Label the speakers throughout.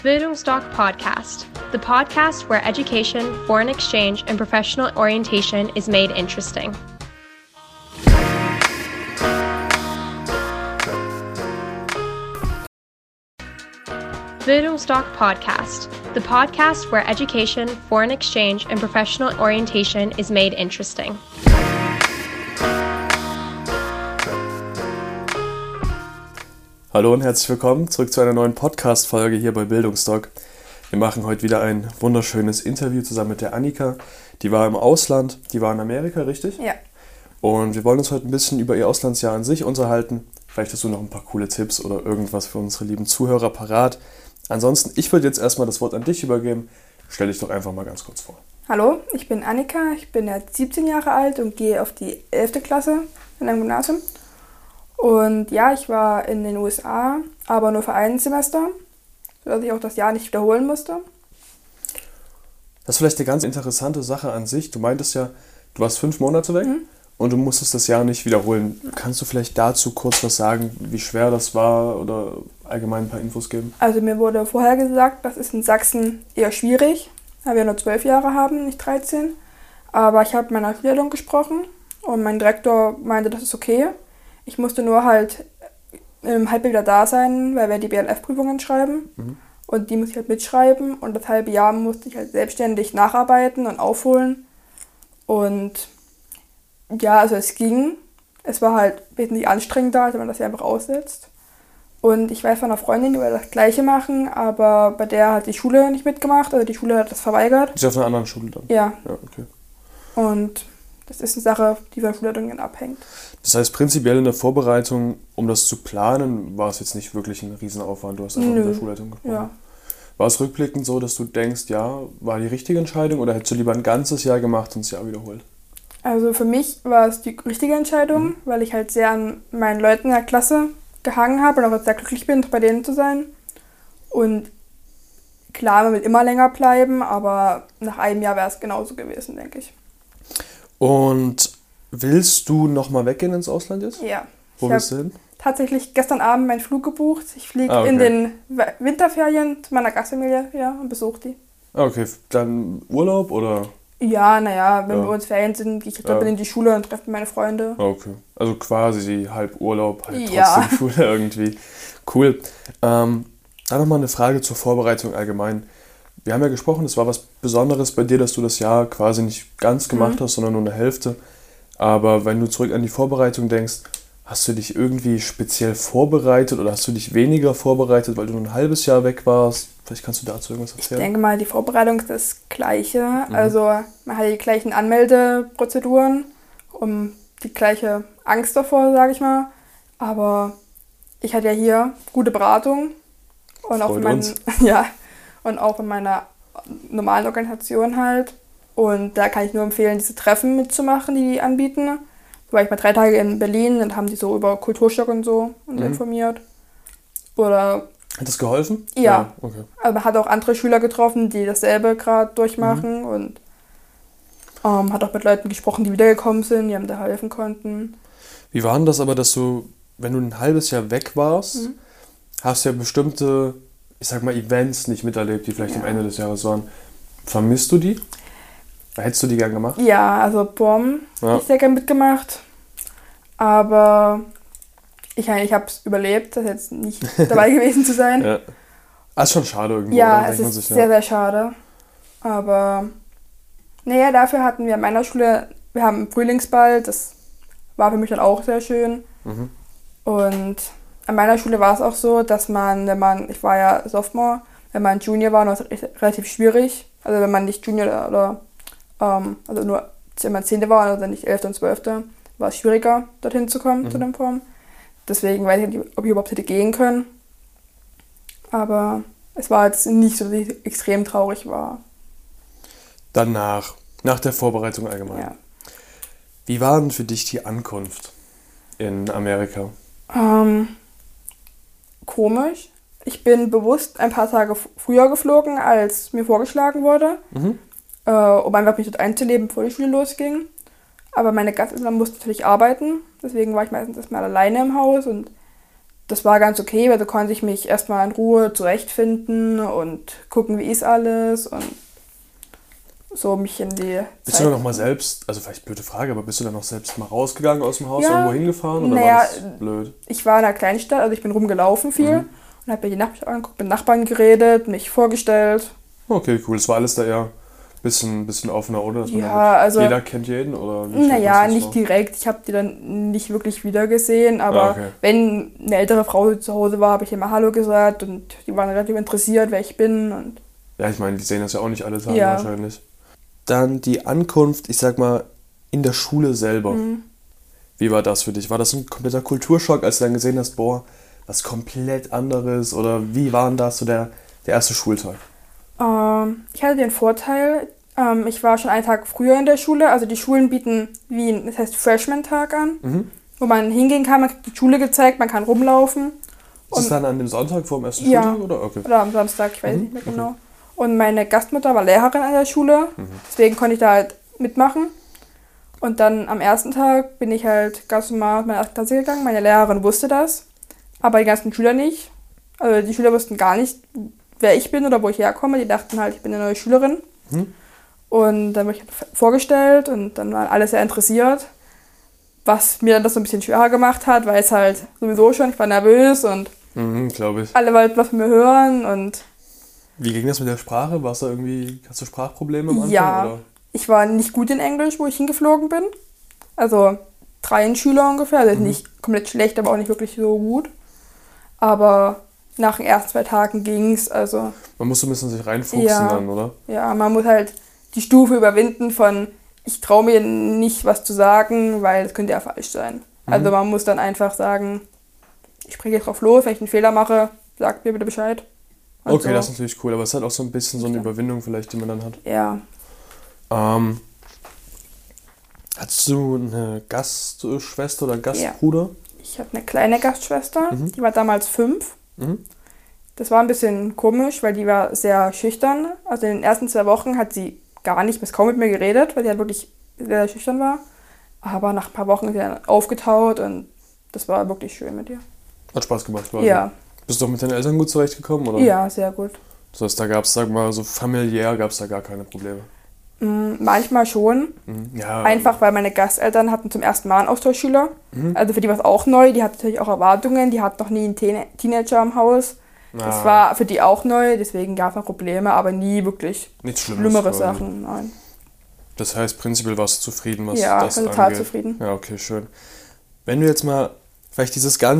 Speaker 1: Bildungsdoc Podcast, the podcast where education, foreign exchange, and professional orientation is made interesting. Bildungsdoc Podcast, the podcast where education, foreign exchange, and professional orientation is made interesting.
Speaker 2: Hallo und herzlich willkommen zurück zu einer neuen Podcast-Folge hier bei Bildungsdoc. Wir machen heute wieder ein wunderschönes Interview zusammen mit der Annika. Die war im Ausland, die war in Amerika, richtig?
Speaker 3: Ja.
Speaker 2: Und wir wollen uns heute ein bisschen über ihr Auslandsjahr an sich unterhalten. Vielleicht hast du noch ein paar coole Tipps oder irgendwas für unsere lieben Zuhörer parat. Ansonsten, ich würde jetzt erstmal das Wort an dich übergeben. Stell dich doch einfach mal ganz kurz vor.
Speaker 3: Hallo, ich bin Annika, ich bin jetzt 17 Jahre alt und gehe auf die 11. Klasse in einem Gymnasium. Und ja, ich war in den USA, aber nur für ein Semester, sodass ich auch das Jahr nicht wiederholen musste.
Speaker 2: Das ist vielleicht eine ganz interessante Sache an sich. Du meintest ja, du warst 5 Monate weg und du musstest das Jahr nicht wiederholen. Kannst du vielleicht dazu kurz was sagen, wie schwer das war oder allgemein ein paar Infos geben?
Speaker 3: Also mir wurde vorher gesagt, das ist in Sachsen eher schwierig, da wir nur 12 Jahre haben, nicht 13. Aber ich habe mit meiner Schulleitung gesprochen und mein Direktor meinte, das ist okay. Ich musste nur halt im Halbjahr da sein, weil wir die BLF-Prüfungen schreiben. Und die musste ich halt mitschreiben. Und das halbe Jahr musste ich halt selbstständig nacharbeiten und aufholen. Und ja, also es ging. Es war halt wesentlich anstrengender, als wenn man das ja einfach aussetzt. Und ich weiß von einer Freundin, die wollte das Gleiche machen, aber bei der hat die Schule nicht mitgemacht. Also die Schule hat das verweigert.
Speaker 2: Ist auf einer anderen Schule dann?
Speaker 3: Ja.
Speaker 2: Ja, okay.
Speaker 3: Und das ist eine Sache, die von der Schulleitung dann abhängt.
Speaker 2: Das heißt, prinzipiell in der Vorbereitung, um das zu planen, war es jetzt nicht wirklich ein Riesenaufwand. Du hast einfach mit der Schulleitung gesprochen.
Speaker 3: Ja.
Speaker 2: War es rückblickend so, dass du denkst, ja, war die richtige Entscheidung oder hättest du lieber ein ganzes Jahr gemacht und das Jahr wiederholt?
Speaker 3: Also für mich war es die richtige Entscheidung, weil ich halt sehr an meinen Leuten in der Klasse gehangen habe und auch sehr glücklich bin, bei denen zu sein. Und klar, man will immer länger bleiben, aber nach einem Jahr wäre es genauso gewesen, denke ich.
Speaker 2: Und willst du nochmal weggehen ins Ausland jetzt?
Speaker 3: Ja.
Speaker 2: Wo willst du hin?
Speaker 3: Tatsächlich gestern Abend meinen Flug gebucht. Ich fliege in den Winterferien zu meiner Gastfamilie und besuche die.
Speaker 2: Okay, dann Urlaub oder?
Speaker 3: Ja, naja, wenn wir uns Ferien sind, gehe ich dann in die Schule und treffe meine Freunde.
Speaker 2: Okay, also quasi halb Urlaub, halb trotzdem Schule irgendwie. Cool. Dann nochmal eine Frage zur Vorbereitung allgemein. Wir haben ja gesprochen, es war was Besonderes bei dir, dass du das Jahr quasi nicht ganz gemacht hast, sondern nur eine Hälfte. Aber wenn du zurück an die Vorbereitung denkst, hast du dich irgendwie speziell vorbereitet oder hast du dich weniger vorbereitet, weil du nur ein halbes Jahr weg warst? Vielleicht kannst du dazu irgendwas erzählen.
Speaker 3: Ich denke mal, die Vorbereitung ist das Gleiche. Also man hat die gleichen Anmeldeprozeduren, um die gleiche Angst davor, sage ich mal. Aber ich hatte ja hier gute Beratung und auch und auch in meiner normalen Organisation halt. Und da kann ich nur empfehlen, diese Treffen mitzumachen, die anbieten. Da war ich mal 3 Tage in Berlin und haben die so über Kulturschock und so informiert. Oder
Speaker 2: hat das geholfen?
Speaker 3: Ja.
Speaker 2: Okay.
Speaker 3: Also man hat auch andere Schüler getroffen, die dasselbe gerade durchmachen und hat auch mit Leuten gesprochen, die wiedergekommen sind, die einem da helfen konnten.
Speaker 2: Wie war denn das aber, dass du, wenn du ein halbes Jahr weg warst, hast du ja bestimmte, ich sag mal, Events nicht miterlebt, die vielleicht am Ende des Jahres waren. Vermisst du die? Hättest du die gern gemacht?
Speaker 3: Ja, also hätte ich sehr gern mitgemacht. Aber ich habe es überlebt, das jetzt nicht dabei gewesen zu sein.
Speaker 2: Ja. Das ist schon schade irgendwo.
Speaker 3: Ja, es ist sehr, sehr schade. Aber naja, dafür hatten wir an meiner Schule, wir haben einen Frühlingsball, das war für mich dann auch sehr schön. Und an meiner Schule war es auch so, dass ich war ja Sophomore, wenn man Junior war, war es relativ schwierig. Also wenn man nicht Junior oder also nur, wenn man 10. war, also nicht 11. und 12., war es schwieriger, dorthin zu kommen, zu dem Form. Deswegen weiß ich nicht, ob ich überhaupt hätte gehen können. Aber es war jetzt nicht so, dass ich extrem traurig war.
Speaker 2: Danach, nach der Vorbereitung allgemein.
Speaker 3: Ja.
Speaker 2: Wie war denn für dich die Ankunft in Amerika?
Speaker 3: Komisch. Ich bin bewusst ein paar Tage früher geflogen, als mir vorgeschlagen wurde. Um einfach mich dort einzuleben, bevor die Schule losging. Aber meine Gasteltern mussten natürlich arbeiten, deswegen war ich meistens erstmal alleine im Haus und das war ganz okay, weil da konnte ich mich erstmal in Ruhe zurechtfinden und gucken, wie ist alles und so mich in die
Speaker 2: Bist du dann noch mal selbst, also vielleicht blöde Frage, aber bist du dann noch selbst mal rausgegangen aus dem Haus,
Speaker 3: Ja,
Speaker 2: irgendwo hingefahren oder
Speaker 3: naja,
Speaker 2: war das blöd?
Speaker 3: Ich war in einer Kleinstadt, also ich bin rumgelaufen viel und habe mir die Nachbarn angeguckt, mit Nachbarn geredet, mich vorgestellt.
Speaker 2: Okay, cool. Das war alles da eher bisschen offener, oder? Dass man
Speaker 3: Ja, also
Speaker 2: jeder kennt jeden? Oder wie stellt man
Speaker 3: naja,
Speaker 2: sich das
Speaker 3: nicht
Speaker 2: vor?
Speaker 3: direkt. Ich habe die dann nicht wirklich wiedergesehen, aber
Speaker 2: Okay.
Speaker 3: wenn eine ältere Frau zu Hause war, habe ich immer Hallo gesagt und die waren relativ interessiert, wer ich bin. Und
Speaker 2: Ja, ich meine, die sehen das ja auch nicht alle Tage
Speaker 3: Ja.
Speaker 2: wahrscheinlich. Dann die Ankunft, ich sag mal, in der Schule selber. Wie war das für dich? War das ein kompletter Kulturschock, als du dann gesehen hast, boah, was komplett anderes? Oder wie war denn das so der erste Schultag?
Speaker 3: ich hatte den Vorteil, ich war schon einen Tag früher in der Schule. Also die Schulen bieten das heißt Freshman-Tag an, wo man hingehen kann, man kriegt die Schule gezeigt, man kann rumlaufen.
Speaker 2: Ist es dann an dem Sonntag vor dem ersten
Speaker 3: Ja.
Speaker 2: Schultag? Oder? Okay.
Speaker 3: Oder am Samstag, ich weiß nicht mehr genau. Und meine Gastmutter war Lehrerin an der Schule, deswegen konnte ich da halt mitmachen. Und dann am ersten Tag bin ich halt ganz normal in meine 8. Klasse gegangen. Meine Lehrerin wusste das, aber die ganzen Schüler nicht. Also die Schüler wussten gar nicht, wer ich bin oder wo ich herkomme. Die dachten halt, ich bin eine neue Schülerin. Und dann wurde ich halt vorgestellt und dann waren alle sehr interessiert. Was mir dann das so ein bisschen schwerer gemacht hat, weil es halt sowieso schon, ich war nervös und
Speaker 2: Glaube ich.
Speaker 3: alle wollten was von mir hören und
Speaker 2: Wie ging das mit der Sprache? Hast du Sprachprobleme am Anfang?
Speaker 3: ja,
Speaker 2: Oder?
Speaker 3: ich war nicht gut in Englisch, wo ich hingeflogen bin. Also 3 Schüler ungefähr, also nicht komplett schlecht, aber auch nicht wirklich so gut. Aber nach den ersten 2 Tagen ging's, also
Speaker 2: Man muss so ein bisschen sich reinfuchsen
Speaker 3: Ja.
Speaker 2: dann, oder?
Speaker 3: ja, man muss halt die Stufe überwinden von ich traue mir nicht was zu sagen, weil es könnte ja falsch sein. Also man muss dann einfach sagen, ich spreche jetzt drauf los, wenn ich einen Fehler mache, sagt mir bitte Bescheid. Und
Speaker 2: Okay,
Speaker 3: so.
Speaker 2: das ist natürlich cool, aber es ist halt auch so ein bisschen so eine Überwindung vielleicht, die man dann hat.
Speaker 3: Ja,
Speaker 2: Hattest du eine Gastschwester oder Gastbruder?
Speaker 3: ich habe eine kleine Gastschwester, die war damals 5.
Speaker 2: Mhm.
Speaker 3: Das war ein bisschen komisch, weil die war sehr schüchtern. Also in den ersten 2 Wochen hat sie gar nicht bis kaum mit mir geredet, weil sie halt wirklich sehr schüchtern war. Aber nach ein paar Wochen ist sie dann aufgetaut und das war wirklich schön mit ihr.
Speaker 2: Hat Spaß gemacht, quasi.
Speaker 3: Ja,
Speaker 2: Bist du auch mit deinen Eltern gut zurechtgekommen, oder?
Speaker 3: ja, sehr gut.
Speaker 2: Das heißt, da gab es, sag mal, so familiär gab es da gar keine Probleme.
Speaker 3: Manchmal schon.
Speaker 2: Ja,
Speaker 3: Einfach, weil meine Gasteltern hatten zum ersten Mal einen Austauschschüler. Also für die war es auch neu. Die hatten natürlich auch Erwartungen. Die hatten noch nie einen Teenager im Haus. Das war für die auch neu. Deswegen gab es noch Probleme, aber nie wirklich
Speaker 2: nichts
Speaker 3: schlimmere
Speaker 2: quasi.
Speaker 3: Sachen. Nein.
Speaker 2: Das heißt, prinzipiell warst du zufrieden, was
Speaker 3: Ja,
Speaker 2: das
Speaker 3: ich bin total
Speaker 2: angeht.
Speaker 3: zufrieden.
Speaker 2: Ja, okay, schön. Wenn du jetzt mal vielleicht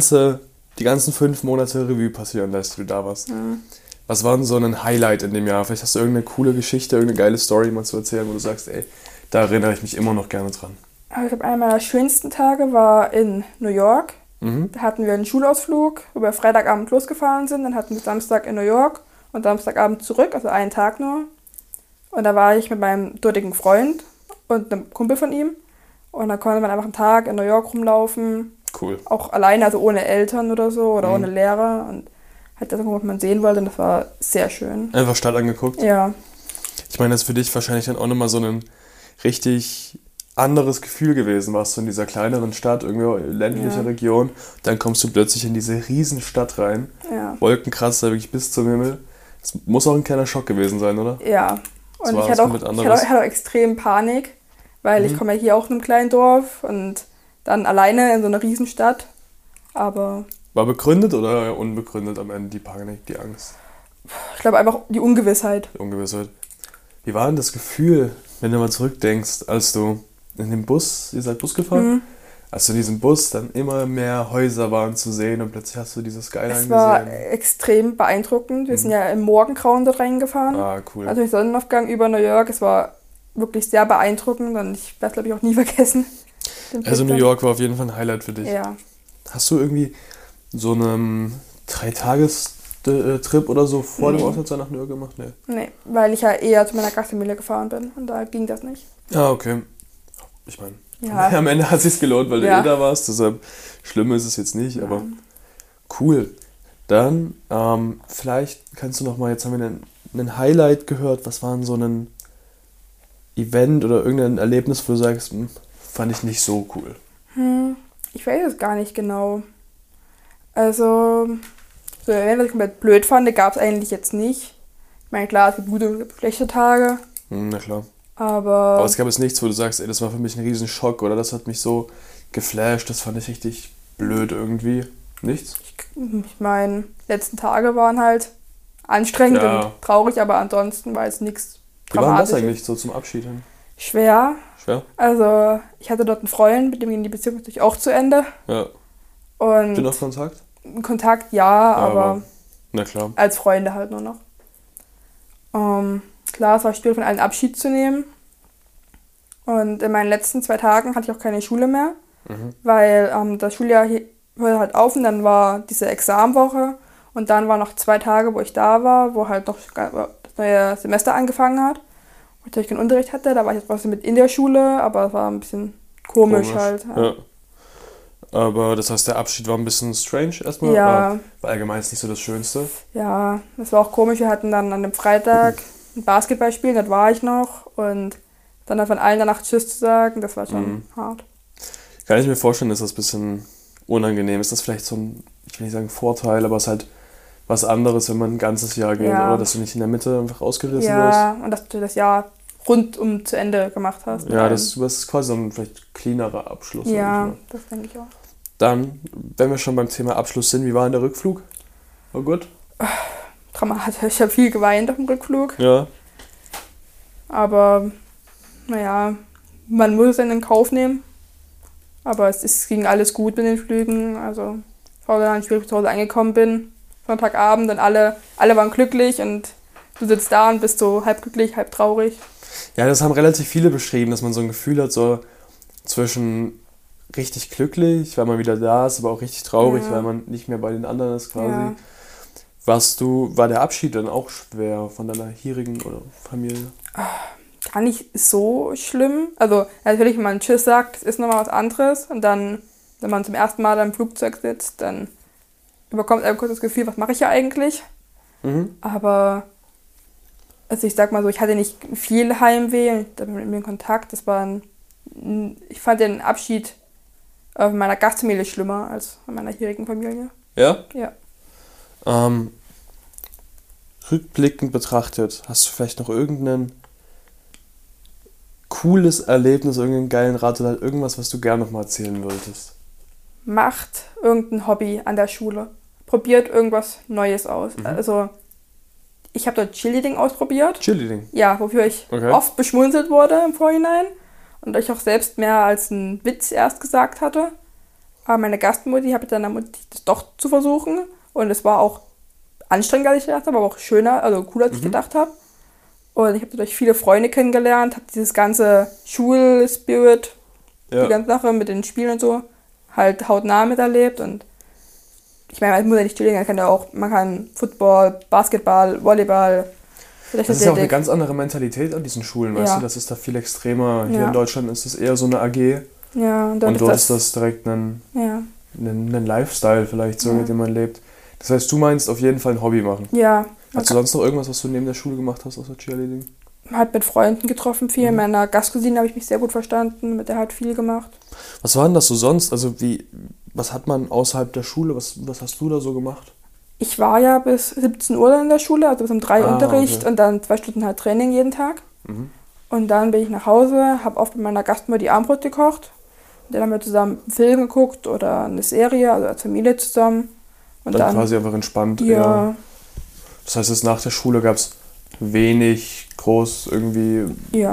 Speaker 2: die ganzen 5 Monate Revue passieren lässt, wie du da warst. Was war denn so ein Highlight in dem Jahr? Vielleicht hast du irgendeine coole Geschichte, irgendeine geile Story mal zu erzählen, wo du sagst, ey, da erinnere ich mich immer noch gerne dran.
Speaker 3: Aber ich glaube, einer meiner schönsten Tage war in New York. Da hatten wir einen Schulausflug, wo wir Freitagabend losgefahren sind. Dann hatten wir Samstag in New York und Samstagabend zurück, also einen Tag nur. Und da war ich mit meinem dortigen Freund und einem Kumpel von ihm. Und dann konnte man einfach einen Tag in New York rumlaufen.
Speaker 2: Cool.
Speaker 3: Auch alleine, also ohne Eltern oder so oder ohne Lehrer. Und halt das, was man sehen wollte. Und das war sehr schön.
Speaker 2: Einfach Stadt angeguckt.
Speaker 3: Ja,
Speaker 2: Ich meine, das ist für dich wahrscheinlich dann auch nochmal so ein richtig anderes Gefühl gewesen. Warst du in dieser kleineren Stadt, irgendwie ländliche
Speaker 3: Ja.
Speaker 2: Region, dann kommst du plötzlich in diese Riesenstadt rein.
Speaker 3: ja,
Speaker 2: Wolkenkratzer wirklich bis zum Himmel. Das muss auch ein kleiner Schock gewesen sein, oder?
Speaker 3: ja.
Speaker 2: Das
Speaker 3: Und
Speaker 2: war
Speaker 3: ich
Speaker 2: was
Speaker 3: hatte
Speaker 2: komplett
Speaker 3: auch
Speaker 2: anderes.
Speaker 3: extrem Panik, weil ich komme ja hier auch in einem kleinen Dorf und dann alleine in so einer Riesenstadt. Aber
Speaker 2: War begründet oder unbegründet am Ende die Panik, die Angst,
Speaker 3: ich glaube einfach die Ungewissheit.
Speaker 2: die Ungewissheit? Wie war denn das Gefühl, wenn du mal zurückdenkst, als du in dem Bus, ihr seid Bus gefahren, als du in diesem Bus dann immer mehr Häuser waren zu sehen und plötzlich hast du dieses Skyline
Speaker 3: Es war
Speaker 2: gesehen?
Speaker 3: extrem beeindruckend. Wir sind ja im Morgengrauen dort reingefahren.
Speaker 2: Ah, cool.
Speaker 3: Also den Sonnenaufgang über New York. Es war wirklich sehr beeindruckend und ich werde es, glaube ich, auch nie vergessen. den
Speaker 2: Also
Speaker 3: Blick
Speaker 2: New York war auf jeden Fall ein Highlight für dich.
Speaker 3: dann. Ja.
Speaker 2: Hast du irgendwie so einen 3-Tages-Trip oder so vor dem Auslandsjahr nach New York gemacht? Nee.
Speaker 3: Nee, weil ich ja eher zu meiner Gastfamilie gefahren bin und da ging das nicht.
Speaker 2: Ah, okay. Ich meine,
Speaker 3: Ja.
Speaker 2: am Ende hat es sich gelohnt, weil
Speaker 3: Ja.
Speaker 2: du da warst. Deshalb schlimm ist es jetzt nicht, aber cool. Dann vielleicht kannst du noch mal, jetzt haben wir einen Highlight gehört. Was war denn so ein Event oder irgendein Erlebnis, wo du sagst, fand ich nicht so cool?
Speaker 3: Ich weiß es gar nicht genau. Also, so wenn was ich komplett blöd fand, gab es eigentlich jetzt nicht. Ich meine, klar, es gibt gute und schlechte Tage.
Speaker 2: Na klar.
Speaker 3: Aber
Speaker 2: es gab jetzt nichts, wo du sagst, ey, das war für mich ein riesen Schock oder das hat mich so geflasht, das fand ich richtig blöd irgendwie. Nichts?
Speaker 3: ich meine, letzten Tage waren halt anstrengend und traurig, aber ansonsten war es nichts
Speaker 2: Wie war das
Speaker 3: Dramatisches.
Speaker 2: eigentlich so zum Abschied hin?
Speaker 3: Schwer.
Speaker 2: Schwer?
Speaker 3: Also, ich hatte dort einen Freund, mit dem ging die Beziehung natürlich auch zu Ende.
Speaker 2: Ja.
Speaker 3: Und
Speaker 2: Habt ihr noch Kontakt?
Speaker 3: Kontakt ja, aber
Speaker 2: na klar.
Speaker 3: als Freunde halt nur noch. Klar, es war schwierig, von allen Abschied zu nehmen. Und in meinen letzten 2 Tagen hatte ich auch keine Schule mehr, weil das Schuljahr hörte halt auf und dann war diese Examenwoche und dann waren noch 2 Tage, wo ich da war, wo halt noch das neue Semester angefangen hat, wo ich natürlich keinen Unterricht hatte. Da war ich jetzt trotzdem mit in der Schule, aber es war ein bisschen komisch halt.
Speaker 2: Ja. Aber das heißt, der Abschied war ein bisschen strange erstmal?
Speaker 3: Ja.
Speaker 2: War allgemein ist nicht so das Schönste.
Speaker 3: Ja, das war auch komisch. Wir hatten dann an dem Freitag ein Basketballspiel, das war ich noch. Und dann von allen danach Tschüss zu sagen, das war schon hart.
Speaker 2: Kann ich mir vorstellen, dass das ein bisschen unangenehm ist. Das ist vielleicht so ein, ich will nicht sagen Vorteil, aber es ist halt was anderes, wenn man ein ganzes Jahr geht, oder? Dass du nicht in der Mitte einfach ausgerissen wirst.
Speaker 3: Ja, und dass du das Jahr rundum zu Ende gemacht hast.
Speaker 2: Ja, das ist quasi so ein vielleicht cleanerer Abschluss.
Speaker 3: Ja, das denke ich auch.
Speaker 2: Dann, wenn wir schon beim Thema Abschluss sind, wie war denn der Rückflug? War gut?
Speaker 3: Dramatisch. Ich habe viel geweint auf dem Rückflug.
Speaker 2: Ja.
Speaker 3: Aber, naja, man muss es dann in Kauf nehmen. Aber es ging alles gut mit den Flügen. Also, es war dann schwierig, bis ich zu Hause angekommen bin. Sonntagabend und alle waren glücklich und du sitzt da und bist so halb glücklich, halb traurig.
Speaker 2: Ja, das haben relativ viele beschrieben, dass man so ein Gefühl hat, so zwischen richtig glücklich, weil man wieder da ist, aber auch richtig traurig, weil man nicht mehr bei den anderen ist quasi.
Speaker 3: Ja.
Speaker 2: War der Abschied dann auch schwer von deiner hierigen oder Familie?
Speaker 3: Gar nicht so schlimm. Also natürlich, wenn man Tschüss sagt, das ist nochmal was anderes. Und dann, wenn man zum ersten Mal im Flugzeug sitzt, dann bekommt einem kurz das Gefühl, was mache ich hier eigentlich? Aber, also ich sag mal so, ich hatte nicht viel Heimweh, ich hatte mit mir Kontakt. Ich fand den Abschied von meiner Gastfamilie schlimmer als von meiner hierigen Familie.
Speaker 2: Ja?
Speaker 3: Ja.
Speaker 2: Rückblickend betrachtet, hast du vielleicht noch irgendein cooles Erlebnis, irgendeinen geilen Rat oder irgendwas, was du gerne noch mal erzählen wolltest?
Speaker 3: Macht irgendein Hobby an der Schule. Probiert irgendwas Neues aus. Also, ich habe dort Cheerleading ausprobiert.
Speaker 2: Cheerleading?
Speaker 3: Ja, wofür ich oft beschmunzelt wurde im Vorhinein. Und ich auch selbst mehr als einen Witz erst gesagt hatte. Aber meine Gastmutti habe ich dann ermutigt, das doch zu versuchen. Und es war auch anstrengender, als ich gedacht habe, aber auch schöner, also cooler, als ich gedacht habe. Und ich habe dadurch viele Freunde kennengelernt, habe dieses ganze Schulspirit, die ganze Sache mit den Spielen und so, halt hautnah miterlebt. Und ich meine, man muss ja nicht Cheerleading, man kann Football, Basketball, Volleyball.
Speaker 2: Das ist ja auch eine ganz andere Mentalität an diesen Schulen, weißt du? Das ist da viel extremer. Hier in Deutschland ist es eher so eine AG.
Speaker 3: Ja,
Speaker 2: und dort ist das direkt ein Lifestyle vielleicht so, mit dem man lebt. Das heißt, du meinst auf jeden Fall ein Hobby machen.
Speaker 3: Ja.
Speaker 2: Hast du sonst noch irgendwas, was du neben der Schule gemacht hast, außer Cheerleading?
Speaker 3: Halt mit Freunden getroffen viel. Mit meiner Gastcousine habe ich mich sehr gut verstanden. Mit der hat viel gemacht.
Speaker 2: Was war denn das so sonst? Also was hat man außerhalb der Schule? Was hast du da so gemacht?
Speaker 3: Ich war ja bis 17 Uhr in der Schule, also bis um 3 Unterricht und dann 2 Stunden halt Training jeden Tag. Und dann bin ich nach Hause, habe oft mit meiner Gastmutter die Abendbrot gekocht. Und dann haben wir zusammen einen Film geguckt oder eine Serie, also als Familie zusammen. Und dann
Speaker 2: quasi einfach entspannt.
Speaker 3: Ja.
Speaker 2: Das heißt, jetzt nach der Schule gab es wenig groß irgendwie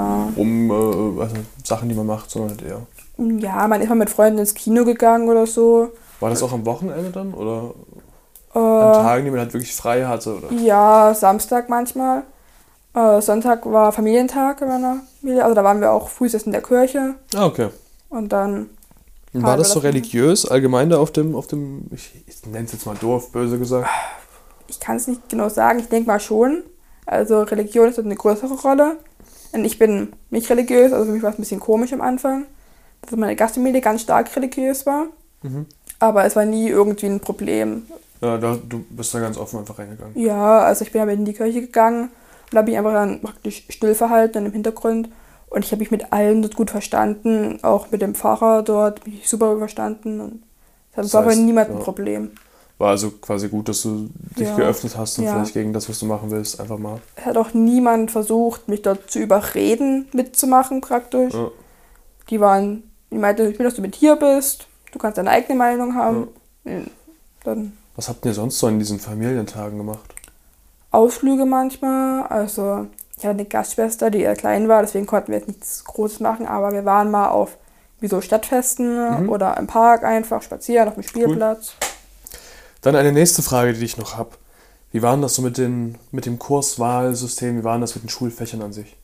Speaker 2: also Sachen, die man macht, sondern halt eher.
Speaker 3: Ja, man ist mal mit Freunden ins Kino gegangen oder so.
Speaker 2: War das auch am Wochenende dann? Oder an Tagen, die man halt wirklich frei hatte? Oder?
Speaker 3: Ja, Samstag manchmal. Sonntag war Familientag in meiner Familie. Also da waren wir auch frühestens in der Kirche.
Speaker 2: Ah, okay.
Speaker 3: Und dann...
Speaker 2: War das so religiös, allgemein da auf dem ich nenne es jetzt mal Dorf, böse gesagt?
Speaker 3: Ich kann es nicht genau sagen, ich denke mal schon. Also Religion ist eine größere Rolle. Und ich bin nicht religiös, also für mich war es ein bisschen komisch am Anfang, dass meine Gastfamilie ganz stark religiös war. Aber es war nie irgendwie ein Problem.
Speaker 2: Ja, du bist da ganz offen einfach reingegangen.
Speaker 3: Ja, also ich bin damit in die Kirche gegangen und da habe ich einfach dann praktisch still verhalten im Hintergrund. Und ich habe mich mit allen dort gut verstanden, auch mit dem Pfarrer dort, bin ich super verstanden. Und das war für niemand ein Problem.
Speaker 2: War also quasi gut, dass du dich
Speaker 3: Ja.
Speaker 2: geöffnet hast und
Speaker 3: Ja.
Speaker 2: vielleicht gegen das, was du machen willst, einfach mal.
Speaker 3: Es hat auch niemand versucht, mich dort zu überreden, mitzumachen praktisch.
Speaker 2: Ja.
Speaker 3: Die meinten, ich will, dass du mit hier bist, du kannst deine eigene Meinung haben. Dann
Speaker 2: Was habt ihr sonst so in diesen Familientagen gemacht?
Speaker 3: Ausflüge manchmal, also ich hatte eine Gastschwester, die eher klein war, deswegen konnten wir jetzt nichts Großes machen, aber wir waren mal auf wie so Stadtfesten oder im Park einfach spazieren, auf dem Spielplatz.
Speaker 2: Dann eine nächste Frage, die ich noch habe. Wie war denn das so mit dem Kurswahlsystem? Wie waren das mit den Schulfächern an sich?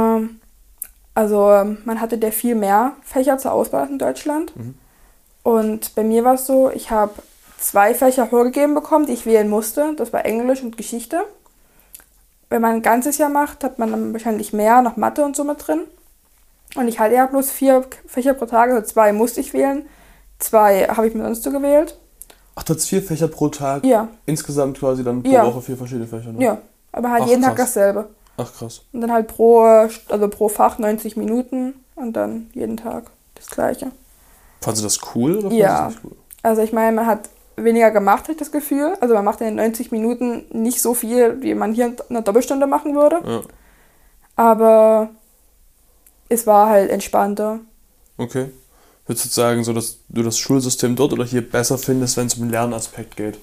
Speaker 3: Also man hatte ja viel mehr Fächer zur Auswahl in Deutschland. Und bei mir war es so, ich habe 2 Fächer vorgegeben bekommen, die ich wählen musste. Das war Englisch und Geschichte. Wenn man ein ganzes Jahr macht, hat man dann wahrscheinlich mehr, noch Mathe und so mit drin. Und ich hatte ja bloß 4 Fächer pro Tag, also 2 musste ich wählen. 2 habe ich mir sonst so gewählt.
Speaker 2: Ach, du hast 4 Fächer pro Tag?
Speaker 3: Ja.
Speaker 2: Insgesamt quasi dann pro
Speaker 3: Ja.
Speaker 2: Woche 4 verschiedene Fächer? Ne?
Speaker 3: Ja, aber halt
Speaker 2: Ach,
Speaker 3: jeden Tag
Speaker 2: krass.
Speaker 3: dasselbe.
Speaker 2: Ach, krass.
Speaker 3: Und dann halt pro Fach 90 Minuten und dann jeden Tag das Gleiche.
Speaker 2: Fandest du das cool oder
Speaker 3: Ja.
Speaker 2: fandest du das nicht cool?
Speaker 3: Also ich meine, man hat weniger gemacht, habe ich das Gefühl. Also man macht in den 90 Minuten nicht so viel, wie man hier in einer Doppelstunde machen würde.
Speaker 2: Ja.
Speaker 3: Aber es war halt entspannter.
Speaker 2: Okay. Würdest du sagen, so, dass du das Schulsystem dort oder hier besser findest, wenn es um den Lernaspekt geht?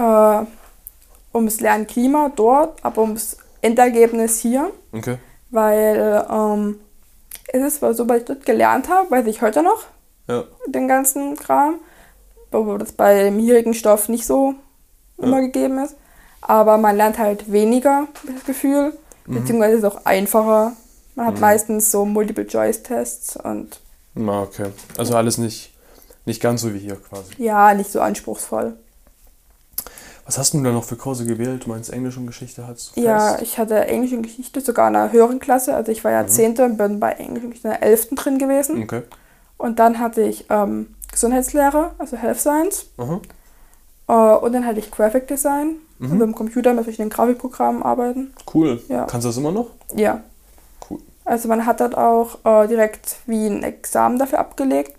Speaker 3: Ums Lernklima dort, aber ums Endergebnis hier.
Speaker 2: Okay.
Speaker 3: Weil es ist zwar so, weil ich dort gelernt habe, weiß ich heute noch,
Speaker 2: Ja.
Speaker 3: den ganzen Kram. Obwohl das bei dem hierigen Stoff nicht so immer gegeben ist. Aber man lernt halt weniger, habe ich das Gefühl. Beziehungsweise ist es auch einfacher. Man hat meistens so Multiple-Choice-Tests und
Speaker 2: Na, okay. Also alles nicht ganz so wie hier quasi.
Speaker 3: ja, nicht so anspruchsvoll.
Speaker 2: Was hast du da noch für Kurse gewählt? Du meinst Englisch und Geschichte hattest du
Speaker 3: Ja,
Speaker 2: fest?
Speaker 3: ich hatte Englisch und Geschichte sogar in einer höheren Klasse. Also ich war ja 10. und bin bei Englisch und Geschichte in der 11. drin gewesen.
Speaker 2: Okay.
Speaker 3: Und dann hatte ich Gesundheitslehre, also Health Science.
Speaker 2: Aha.
Speaker 3: Und dann hatte ich Graphic Design, also im Computer mit verschiedenen Grafikprogrammen arbeiten.
Speaker 2: Cool.
Speaker 3: Ja.
Speaker 2: Kannst du das immer noch?
Speaker 3: Ja.
Speaker 2: Cool.
Speaker 3: Also man hat dort auch direkt wie ein Examen dafür abgelegt.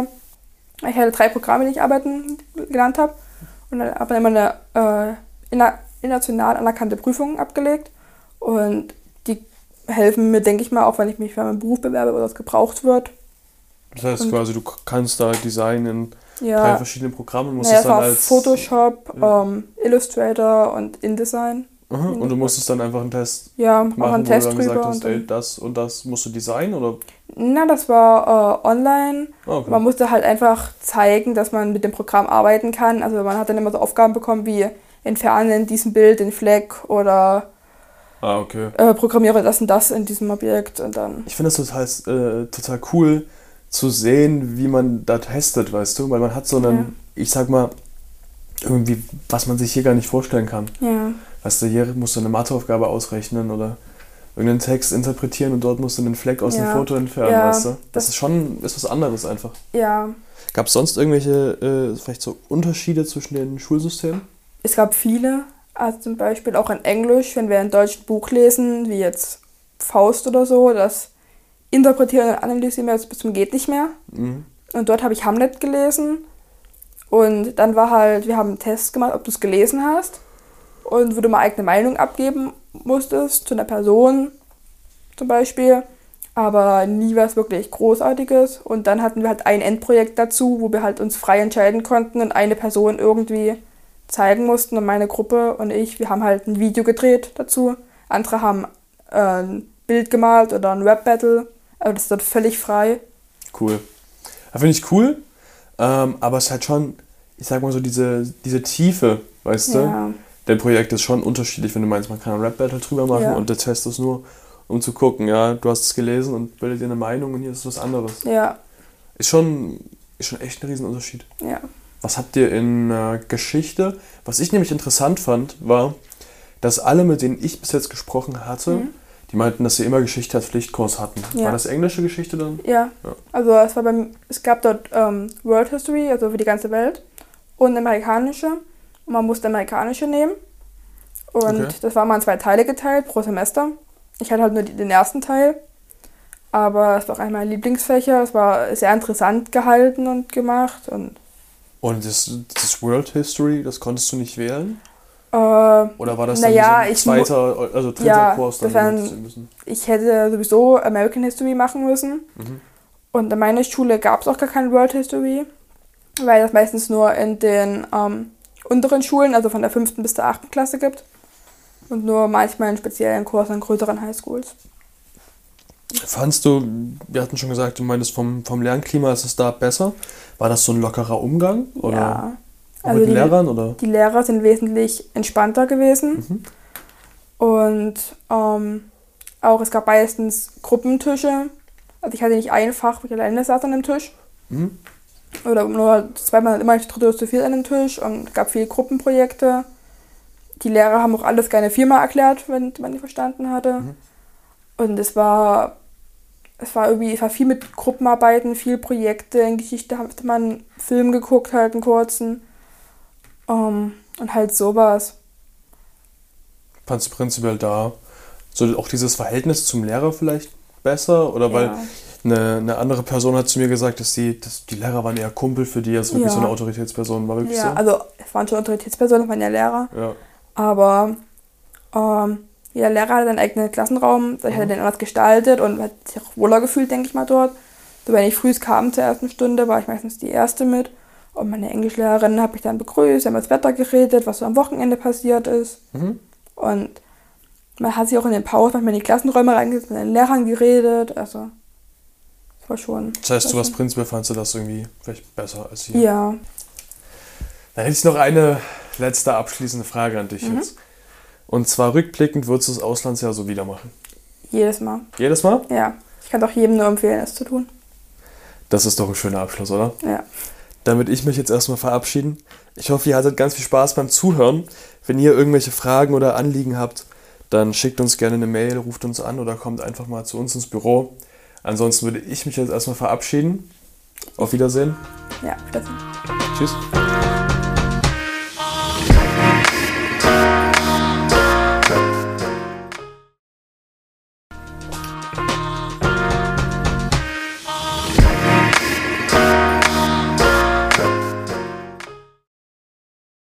Speaker 3: Ich hatte 3 Programme, die ich gelernt habe. Und dann habe ich immer eine international anerkannte Prüfung abgelegt. Und die helfen mir, denke ich mal, auch wenn ich mich für meinen Beruf bewerbe oder es gebraucht wird.
Speaker 2: Das heißt
Speaker 3: Und-
Speaker 2: quasi, du kannst da Design in 3
Speaker 3: Ja,
Speaker 2: verschiedenen Programmen, musst
Speaker 3: naja,
Speaker 2: es
Speaker 3: es
Speaker 2: dann
Speaker 3: war
Speaker 2: als...
Speaker 3: Photoshop, Illustrator und InDesign.
Speaker 2: Aha. Und du musstest dann einfach einen Test
Speaker 3: Ja, auch
Speaker 2: machen,
Speaker 3: einen
Speaker 2: wo
Speaker 3: Test
Speaker 2: du dann gesagt
Speaker 3: drüber.
Speaker 2: hast,
Speaker 3: Und dann,
Speaker 2: ey, das und das musst du designen, oder?
Speaker 3: na, das war online.
Speaker 2: Ah, okay.
Speaker 3: Man musste halt einfach zeigen, dass man mit dem Programm arbeiten kann. Also man hat dann immer so Aufgaben bekommen wie entferne in diesem Bild den Fleck oder
Speaker 2: Ah, okay.
Speaker 3: programmiere das und das in diesem Objekt und dann.
Speaker 2: Ich finde das total cool zu sehen, wie man da testet, weißt du? Weil man hat so einen, ich sag mal, irgendwie, was man sich hier gar nicht vorstellen kann.
Speaker 3: Ja,
Speaker 2: Weißt du, hier musst du eine Matheaufgabe ausrechnen oder irgendeinen Text interpretieren und dort musst du einen Fleck aus dem
Speaker 3: Ja.
Speaker 2: Foto entfernen,
Speaker 3: Ja,
Speaker 2: weißt du? Das ist was anderes einfach.
Speaker 3: ja.
Speaker 2: Gab es sonst irgendwelche, vielleicht so Unterschiede zwischen den Schulsystemen?
Speaker 3: Es gab viele, also zum Beispiel auch in Englisch, wenn wir ein deutsches Buch lesen, wie jetzt Faust oder so, das interpretieren und analysieren wir jetzt bis zum geht nicht mehr.
Speaker 2: Mhm.
Speaker 3: Und dort habe ich Hamlet gelesen. Und dann war halt, wir haben einen Test gemacht, ob du es gelesen hast. Und wo du mal eigene Meinung abgeben musstest zu einer Person zum Beispiel. Aber nie was wirklich Großartiges. Und dann hatten wir halt ein Endprojekt dazu, wo wir halt uns frei entscheiden konnten und eine Person irgendwie zeigen mussten. Und meine Gruppe und ich, wir haben halt ein Video gedreht dazu. Andere haben ein Bild gemalt oder ein Rap-Battle. Aber das ist dort völlig frei.
Speaker 2: Cool. Ja, finde ich cool. Aber es ist halt schon, ich sag mal so, diese Tiefe, weißt du?
Speaker 3: Ja.
Speaker 2: Der Projekt ist schon unterschiedlich, wenn du meinst, man kann ein Rap-Battle drüber machen
Speaker 3: Ja.
Speaker 2: und der Test ist nur, um zu gucken, ja, du hast es gelesen und bildet dir eine Meinung und hier ist was anderes.
Speaker 3: Ja,
Speaker 2: Ist schon echt ein Riesenunterschied.
Speaker 3: ja.
Speaker 2: Was habt ihr in Geschichte? Was ich nämlich interessant fand, war, dass alle, mit denen ich bis jetzt gesprochen hatte, die meinten, dass sie immer Geschichte als Pflichtkurs hatten.
Speaker 3: Ja.
Speaker 2: War das englische Geschichte dann?
Speaker 3: Ja,
Speaker 2: Ja.
Speaker 3: also es gab dort World History, also für die ganze Welt, und amerikanische. Und man musste amerikanische nehmen. Und
Speaker 2: Okay.
Speaker 3: das war mal in 2 Teile geteilt pro Semester. Ich hatte halt nur den ersten Teil. Aber es war auch einer meiner Lieblingsfächer. Es war sehr interessant gehalten und gemacht. Und
Speaker 2: Und das World History, das konntest du nicht wählen?
Speaker 3: Äh,
Speaker 2: Oder war das dann
Speaker 3: naja,
Speaker 2: so ein zweiter, also dritter
Speaker 3: ja,
Speaker 2: Kurs
Speaker 3: das
Speaker 2: dann
Speaker 3: waren-
Speaker 2: müssen?
Speaker 3: ich hätte sowieso American History machen müssen.
Speaker 2: Mhm.
Speaker 3: Und in meiner Schule gab es auch gar kein World History, weil das meistens nur in den unteren Schulen, also von der 5. bis zur 8. Klasse gibt. Und nur manchmal in speziellen Kursen in größeren Highschools.
Speaker 2: Fandst du, wir hatten schon gesagt, du meintest vom Lernklima ist es da besser? War das so ein lockerer Umgang? Oder
Speaker 3: Ja.
Speaker 2: auch
Speaker 3: Also
Speaker 2: mit den Lehrern? Oder?
Speaker 3: Die Lehrer sind wesentlich entspannter gewesen.
Speaker 2: Mhm.
Speaker 3: Und auch es gab meistens Gruppentische. Also ich hatte nicht ein Fach, wo ich alleine saß an dem Tisch.
Speaker 2: Mhm.
Speaker 3: Oder nur zweimal immer zu dritt oder zu viert an dem Tisch. Und es gab viele Gruppenprojekte. Die Lehrer haben auch alles gerne viermal erklärt, wenn man die verstanden hatte.
Speaker 2: Mhm.
Speaker 3: Und es war viel mit Gruppenarbeiten, viel Projekte. In Geschichte hatte man einen Film geguckt, halt einen kurzen. Und halt sowas.
Speaker 2: Fandst du prinzipiell da so auch dieses Verhältnis zum Lehrer vielleicht besser? Oder weil
Speaker 3: Ja.
Speaker 2: eine andere Person hat zu mir gesagt, dass die Lehrer waren eher Kumpel für die, als wirklich
Speaker 3: Ja.
Speaker 2: so eine Autoritätsperson. War wirklich
Speaker 3: Ja,
Speaker 2: so?
Speaker 3: also es waren schon Autoritätspersonen, es waren ja Lehrer.
Speaker 2: Ja.
Speaker 3: Aber jeder Lehrer hatte seinen eigenen Klassenraum, ich hatte den anders gestaltet und hat sich auch wohler gefühlt, denke ich mal, dort. So, wenn ich früh kam zur ersten Stunde, war ich meistens die Erste mit. Und meine Englischlehrerin habe ich dann begrüßt, haben über das Wetter geredet, was so am Wochenende passiert ist.
Speaker 2: Mhm.
Speaker 3: Und man hat sich auch in den Pausen manchmal in die Klassenräume reingesetzt, mit den Lehrern geredet. Also, das war schon.
Speaker 2: Das heißt, du warst prinzipiell, fandst du das irgendwie vielleicht besser als hier?
Speaker 3: Ja.
Speaker 2: Dann hätte ich noch eine letzte abschließende Frage an dich jetzt. Und zwar rückblickend, würdest du das Auslandsjahr so wieder machen?
Speaker 3: Jedes Mal.
Speaker 2: Jedes Mal?
Speaker 3: Ja. Ich kann auch jedem nur empfehlen, es zu tun.
Speaker 2: Das ist doch ein schöner Abschluss, oder?
Speaker 3: Ja.
Speaker 2: Damit ich mich jetzt erstmal verabschieden. Ich hoffe, ihr hattet ganz viel Spaß beim Zuhören. Wenn ihr irgendwelche Fragen oder Anliegen habt, dann schickt uns gerne eine Mail, ruft uns an oder kommt einfach mal zu uns ins Büro. Ansonsten würde ich mich jetzt erstmal verabschieden. Auf Wiedersehen.
Speaker 3: Ja, das.
Speaker 2: Tschüss.